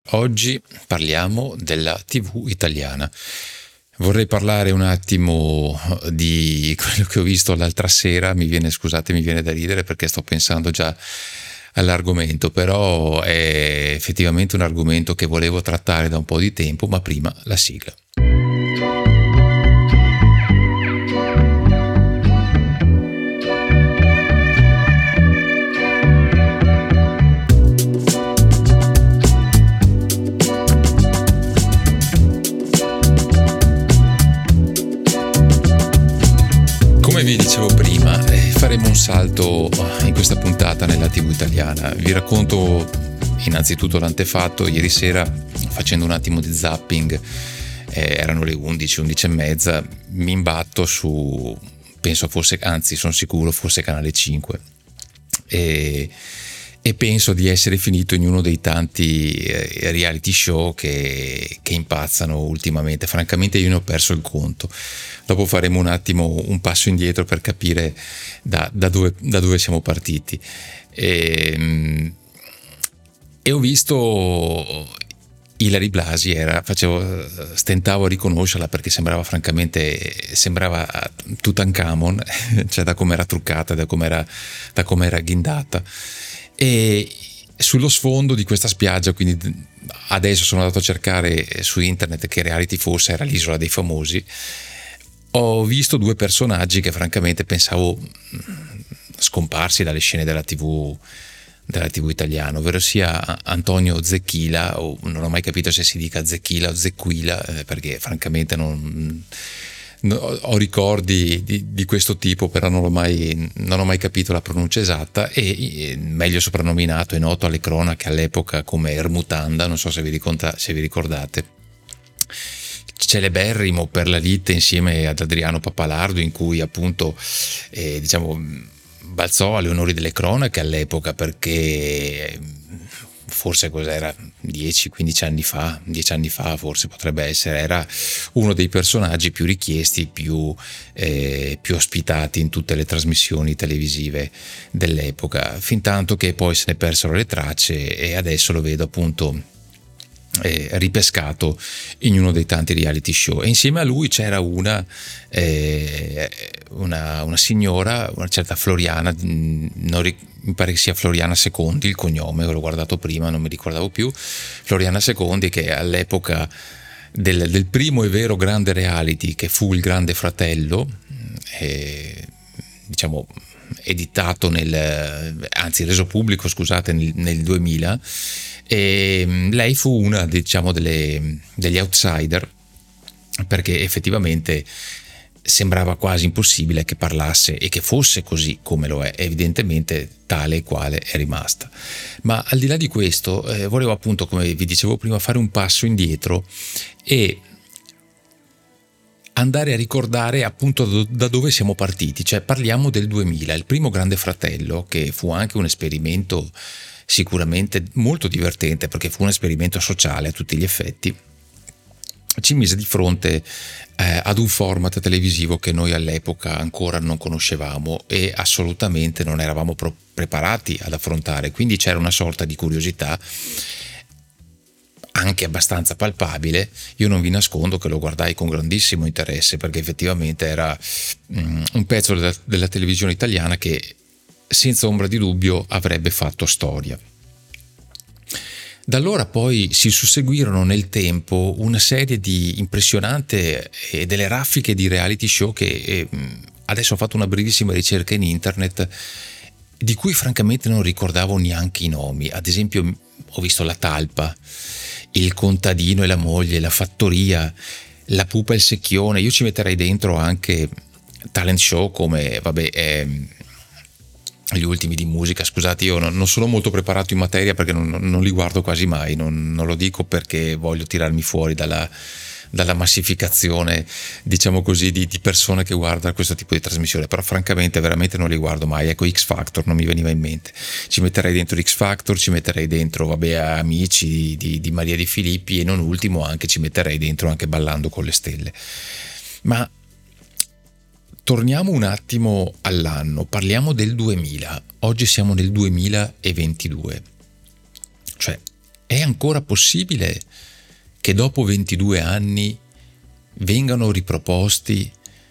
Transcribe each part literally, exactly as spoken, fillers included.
Oggi parliamo della T V italiana. Vorrei parlare un attimo di quello che ho visto l'altra sera. Mi viene, scusate, mi viene da ridere perché sto pensando già all'argomento, però è effettivamente un argomento che volevo trattare da un po' di tempo, ma prima la sigla. Come vi dicevo prima, eh, faremo un salto in questa puntata nella T V italiana. Vi racconto innanzitutto l'antefatto. Ieri sera, facendo un attimo di zapping, eh, erano le undici, undici e mezza, mi imbatto su, penso fosse, anzi sono sicuro fosse Canale cinque, e, e penso di essere finito in uno dei tanti eh, reality show che, che impazzano ultimamente. Francamente io ne ho perso il conto. Dopo faremo un attimo un passo indietro per capire da, da, dove, da dove siamo partiti. E, e ho visto Ilary Blasi, era, facevo, stentavo a riconoscerla perché sembrava francamente, sembrava Tutankhamon, cioè da come era truccata, da come era, da come era ghindata. E sullo sfondo di questa spiaggia, quindi adesso sono andato a cercare su internet che reality fosse, era l'Isola dei Famosi. Ho visto due personaggi che francamente pensavo scomparsi dalle scene della tivù della tivù italiana, ovvero sia Antonio Zecchila, o non ho mai capito se si dica Zecchila o Zecquila, eh, perché francamente non, no, ho ricordi di, di questo tipo, però non ho mai non ho mai capito la pronuncia esatta, e, e meglio soprannominato e noto alle cronache all'epoca come Ermutanda, non so se vi, riconta, se vi ricordate. Celeberrimo per la lite insieme ad Adriano Pappalardo, in cui appunto eh, diciamo balzò alle onori delle cronache all'epoca, perché forse cos'era dieci quindici anni fa, dieci anni fa forse potrebbe essere, era uno dei personaggi più richiesti, più, eh, più ospitati in tutte le trasmissioni televisive dell'epoca, fin tanto che poi se ne persero le tracce e adesso lo vedo appunto Eh, ripescato in uno dei tanti reality show. E insieme a lui c'era una, eh, una, una signora, una certa Floriana, non ric- mi pare che sia Floriana Secondi il cognome, l'ho guardato prima, non mi ricordavo più. Floriana Secondi, che all'epoca del, del primo e vero grande reality che fu Il Grande Fratello, eh, diciamo editato nel, anzi reso pubblico, scusate, nel, nel duemila, e lei fu una, diciamo, delle, degli outsider, perché effettivamente sembrava quasi impossibile che parlasse e che fosse così come lo è, evidentemente tale e quale è rimasta. Ma al di là di questo, eh, volevo appunto, come vi dicevo prima, fare un passo indietro e andare a ricordare appunto da dove siamo partiti. Cioè parliamo del duemila, il primo Grande Fratello, che fu anche un esperimento sicuramente molto divertente, perché fu un esperimento sociale a tutti gli effetti, ci mise di fronte eh, ad un format televisivo che noi all'epoca ancora non conoscevamo e assolutamente non eravamo pro- preparati ad affrontare, quindi c'era una sorta di curiosità anche abbastanza palpabile. Io non vi nascondo che lo guardai con grandissimo interesse, perché effettivamente era um, un pezzo della, della televisione italiana che senza ombra di dubbio avrebbe fatto storia. Da allora poi si susseguirono nel tempo una serie di impressionante e delle raffiche di reality show che eh, adesso ho fatto una brevissima ricerca in internet, di cui francamente non ricordavo neanche i nomi. Ad esempio ho visto La Talpa, Il Contadino e la moglie, La Fattoria, La Pupa e il Secchione. Io ci metterei dentro anche talent show come, vabbè, eh, gli ultimi di musica. Scusate, io non, non sono molto preparato in materia perché non, non li guardo quasi mai, non, non lo dico perché voglio tirarmi fuori dalla, dalla massificazione, diciamo così, di, di persone che guardano questo tipo di trasmissione, però francamente veramente non li guardo mai. Ecco, X Factor non mi veniva in mente, ci metterei dentro X Factor, ci metterei dentro, vabbè, Amici di, di Maria Di Filippi, e non ultimo anche ci metterei dentro anche Ballando con le stelle. Ma torniamo un attimo all'anno, parliamo del duemila, oggi siamo nel duemilaventidue, cioè è ancora possibile che dopo ventidue anni vengano riproposti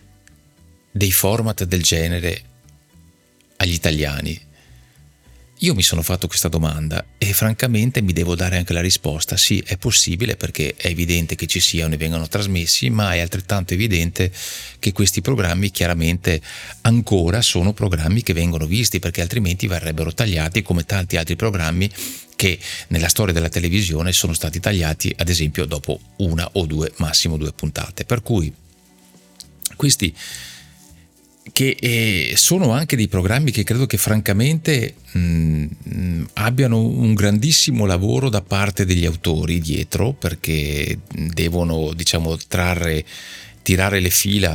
dei format del genere agli italiani? Io mi sono fatto questa domanda e francamente mi devo dare anche la risposta: sì, è possibile, perché è evidente che ci siano e vengano trasmessi, ma è altrettanto evidente che questi programmi chiaramente ancora sono programmi che vengono visti, perché altrimenti verrebbero tagliati, come tanti altri programmi che nella storia della televisione sono stati tagliati, ad esempio dopo una o due, massimo due puntate. Per cui questi che eh, sono anche dei programmi che credo che francamente mh, abbiano un grandissimo lavoro da parte degli autori dietro, perché devono, diciamo, trarre, tirare le fila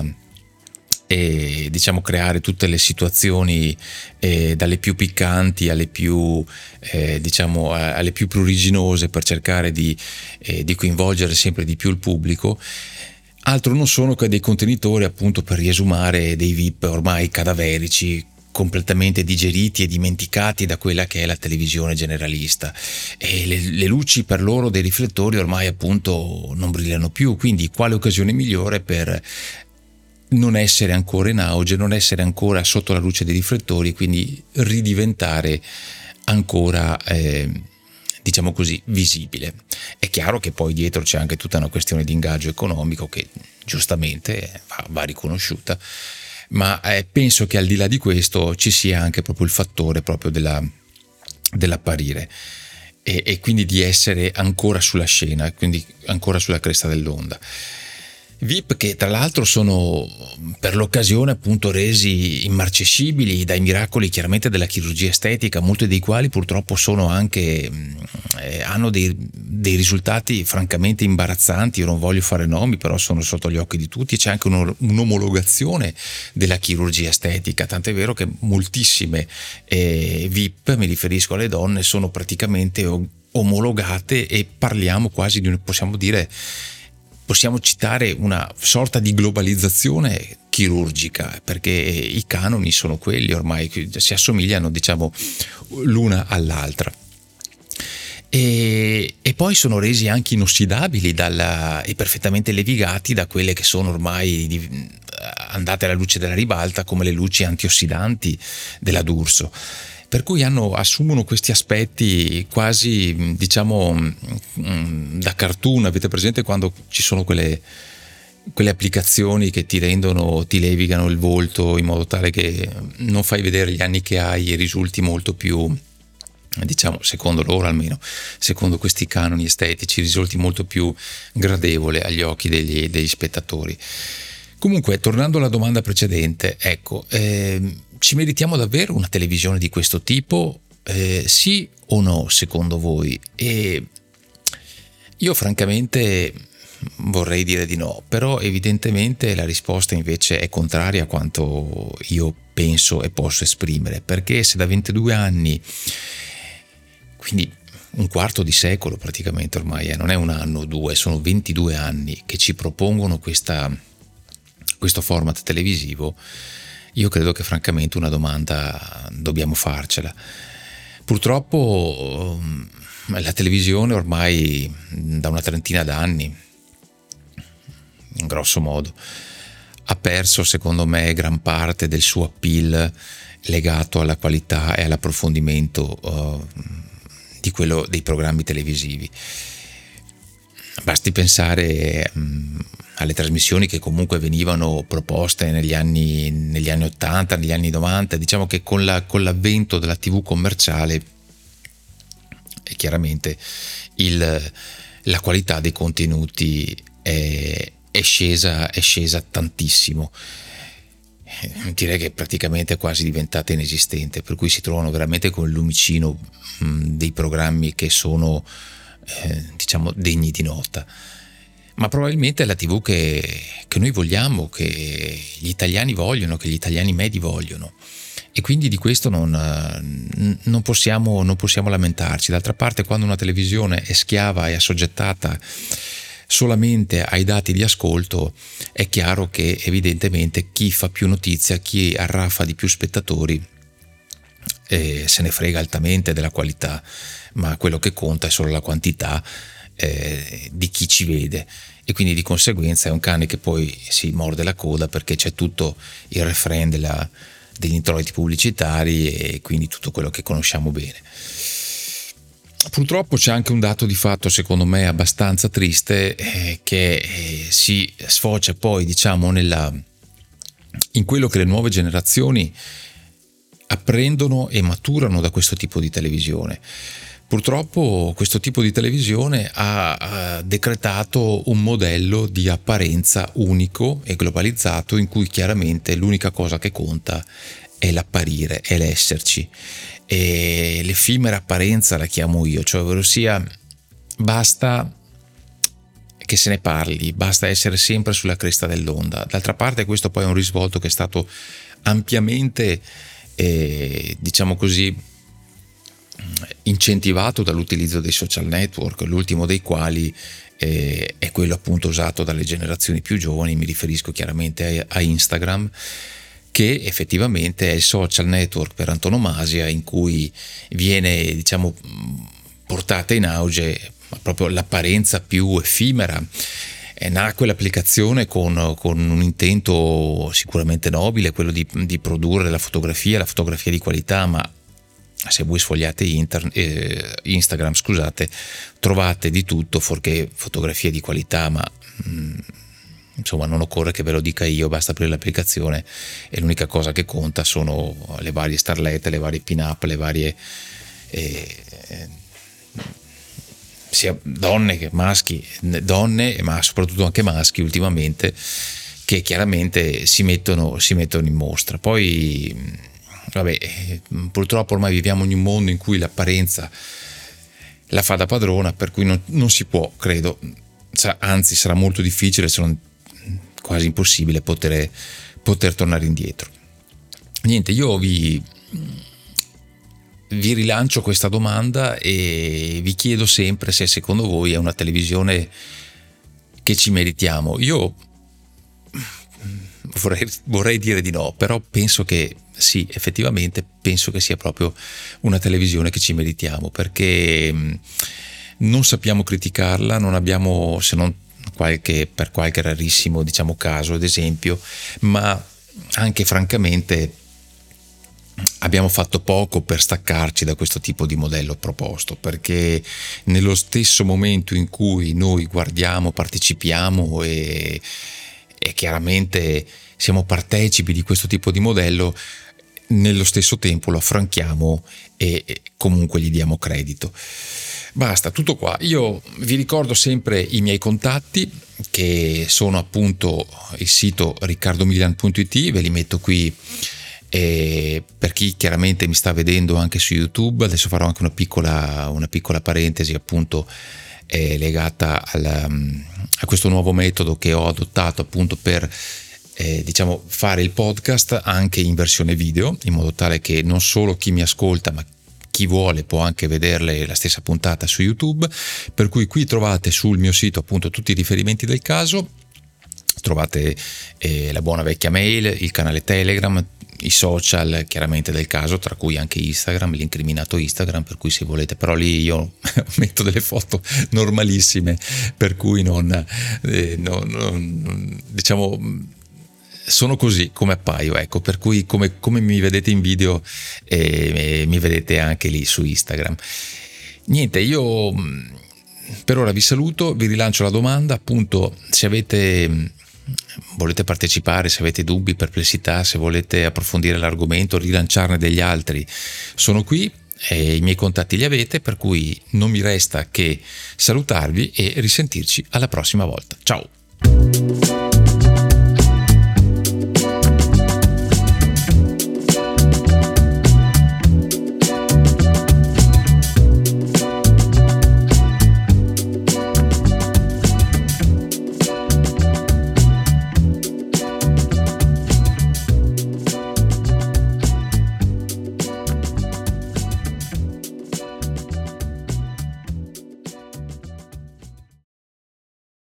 e, diciamo, creare tutte le situazioni eh, dalle più piccanti alle più eh, diciamo alle più pruriginose, per cercare di, eh, di coinvolgere sempre di più il pubblico. Altro non sono che dei contenitori, appunto, per riesumare, dei V I P ormai cadaverici, completamente digeriti e dimenticati da quella che è la televisione generalista, e le, le luci per loro dei riflettori ormai, appunto, non brillano più. Quindi quale occasione migliore per non essere ancora in auge, non essere ancora sotto la luce dei riflettori, quindi ridiventare ancora eh, diciamo così, visibile. È chiaro che poi dietro c'è anche tutta una questione di ingaggio economico che giustamente va, va riconosciuta, ma eh, penso che al di là di questo ci sia anche proprio il fattore proprio della, dell'apparire e, e quindi di essere ancora sulla scena, quindi ancora sulla cresta dell'onda. V I P che tra l'altro sono per l'occasione, appunto, resi immarcescibili dai miracoli chiaramente della chirurgia estetica, molti dei quali purtroppo sono anche eh, hanno dei, dei risultati francamente imbarazzanti. Io non voglio fare nomi, però sono sotto gli occhi di tutti. C'è anche un, un'omologazione della chirurgia estetica, tant'è vero che moltissime eh, V I P, mi riferisco alle donne, sono praticamente omologate, e parliamo quasi di un, possiamo dire Possiamo citare una sorta di globalizzazione chirurgica, perché i canoni sono quelli, ormai si assomigliano, diciamo, l'una all'altra. E, e poi sono resi anche inossidabili dalla, e perfettamente levigati da quelle che sono ormai di, andate alla luce della ribalta, come le luci antiossidanti della D'Urso. Per cui hanno, assumono questi aspetti quasi, diciamo, da cartoon. Avete presente quando ci sono quelle, quelle applicazioni che ti rendono, ti levigano il volto in modo tale che non fai vedere gli anni che hai e risulti molto più, diciamo, secondo loro almeno, secondo questi canoni estetici, risulti molto più gradevole agli occhi degli, degli spettatori. Comunque, tornando alla domanda precedente, ecco, eh, ci meritiamo davvero una televisione di questo tipo? Eh, sì o no, secondo voi? E io francamente vorrei dire di no, però evidentemente la risposta invece è contraria a quanto io penso e posso esprimere, perché se da ventidue anni, quindi un quarto di secolo praticamente ormai, eh, non è un anno o due, sono ventidue anni che ci propongono questa, questo format televisivo, io credo che francamente una domanda dobbiamo farcela. Purtroppo la televisione ormai da una trentina d'anni, in grosso modo, ha perso, secondo me, gran parte del suo appeal legato alla qualità e all'approfondimento uh, di quello dei programmi televisivi. Basti pensare um, alle trasmissioni che comunque venivano proposte negli anni negli anni ottanta, negli anni novanta. Diciamo che con, la, con l'avvento della tivù commerciale, e chiaramente il, la qualità dei contenuti è, è scesa è scesa tantissimo. Direi che praticamente è quasi diventata inesistente, per cui si trovano veramente con il lumicino mh, dei programmi che sono eh, diciamo degni di nota. Ma probabilmente è la tivù che, che noi vogliamo, che gli italiani vogliono, che gli italiani medi vogliono, e quindi di questo non, non, possiamo, non possiamo lamentarci. D'altra parte, quando una televisione è schiava e assoggettata solamente ai dati di ascolto, è chiaro che evidentemente chi fa più notizia, chi arraffa di più spettatori, eh, se ne frega altamente della qualità, ma quello che conta è solo la quantità eh, di chi ci vede, e quindi di conseguenza è un cane che poi si morde la coda perché c'è tutto il refrain della, degli introiti pubblicitari e quindi tutto quello che conosciamo bene. Purtroppo c'è anche un dato di fatto, secondo me abbastanza triste, eh, che eh, si sfocia poi, diciamo, nella, in quello che le nuove generazioni apprendono e maturano da questo tipo di televisione. Purtroppo questo tipo di televisione ha, ha decretato un modello di apparenza unico e globalizzato, in cui chiaramente l'unica cosa che conta è l'apparire, è l'esserci. E l'effimera apparenza la chiamo io, cioè ovvero sia basta che se ne parli, basta essere sempre sulla cresta dell'onda. D'altra parte questo poi è un risvolto che è stato ampiamente eh, diciamo così incentivato dall'utilizzo dei social network, l'ultimo dei quali eh, è quello appunto usato dalle generazioni più giovani. Mi riferisco chiaramente a, a Instagram, che effettivamente è il social network per antonomasia, in cui viene, diciamo, portata in auge proprio l'apparenza più effimera. E nacque l'applicazione con, con un intento sicuramente nobile, quello di, di produrre la fotografia, la fotografia di qualità, ma se voi sfogliate inter, eh, Instagram, scusate, trovate di tutto fuorché fotografie di qualità, ma mh, insomma non occorre che ve lo dica io, basta aprire l'applicazione e l'unica cosa che conta sono le varie starlette, le varie pin-up, le varie eh, eh, sia donne che maschi, donne ma soprattutto anche maschi ultimamente, che chiaramente si mettono, si mettono in mostra. Poi vabbè, purtroppo ormai viviamo in un mondo in cui l'apparenza la fa da padrona, per cui non, non si può, credo, anzi sarà molto difficile, se non quasi impossibile, poter, poter tornare indietro. Niente, io vi, vi rilancio questa domanda e vi chiedo sempre se secondo voi è una televisione che ci meritiamo. Io vorrei, vorrei dire di no, però penso che sì, effettivamente penso che sia proprio una televisione che ci meritiamo, perché non sappiamo criticarla, non abbiamo, se non qualche, per qualche rarissimo, diciamo, caso ad esempio, ma anche francamente abbiamo fatto poco per staccarci da questo tipo di modello proposto, perché nello stesso momento in cui noi guardiamo, partecipiamo e, e chiaramente siamo partecipi di questo tipo di modello, nello stesso tempo lo affranchiamo e comunque gli diamo credito. Basta, tutto qua. Io vi ricordo sempre i miei contatti, che sono appunto il sito riccardo milian punto it, ve li metto qui e per chi chiaramente mi sta vedendo anche su YouTube. Adesso farò anche una piccola, una piccola parentesi appunto eh, legata alla, a questo nuovo metodo che ho adottato appunto per Eh, diciamo fare il podcast anche in versione video, in modo tale che non solo chi mi ascolta ma chi vuole può anche vederle la stessa puntata su YouTube. Per cui qui trovate sul mio sito appunto tutti i riferimenti del caso, trovate eh, la buona vecchia mail, il canale Telegram, i social chiaramente del caso, tra cui anche Instagram, l'incriminato Instagram, per cui se volete, però lì io metto delle foto normalissime, per cui non, eh, non, non diciamo sono così come appaio, ecco, per cui come, come mi vedete in video eh, eh, mi vedete anche lì su Instagram. Niente, io per ora vi saluto, vi rilancio la domanda appunto, se avete volete partecipare, se avete dubbi, perplessità, se volete approfondire l'argomento, rilanciarne degli altri, sono qui e i miei contatti li avete, per cui non mi resta che salutarvi e risentirci alla prossima volta. Ciao!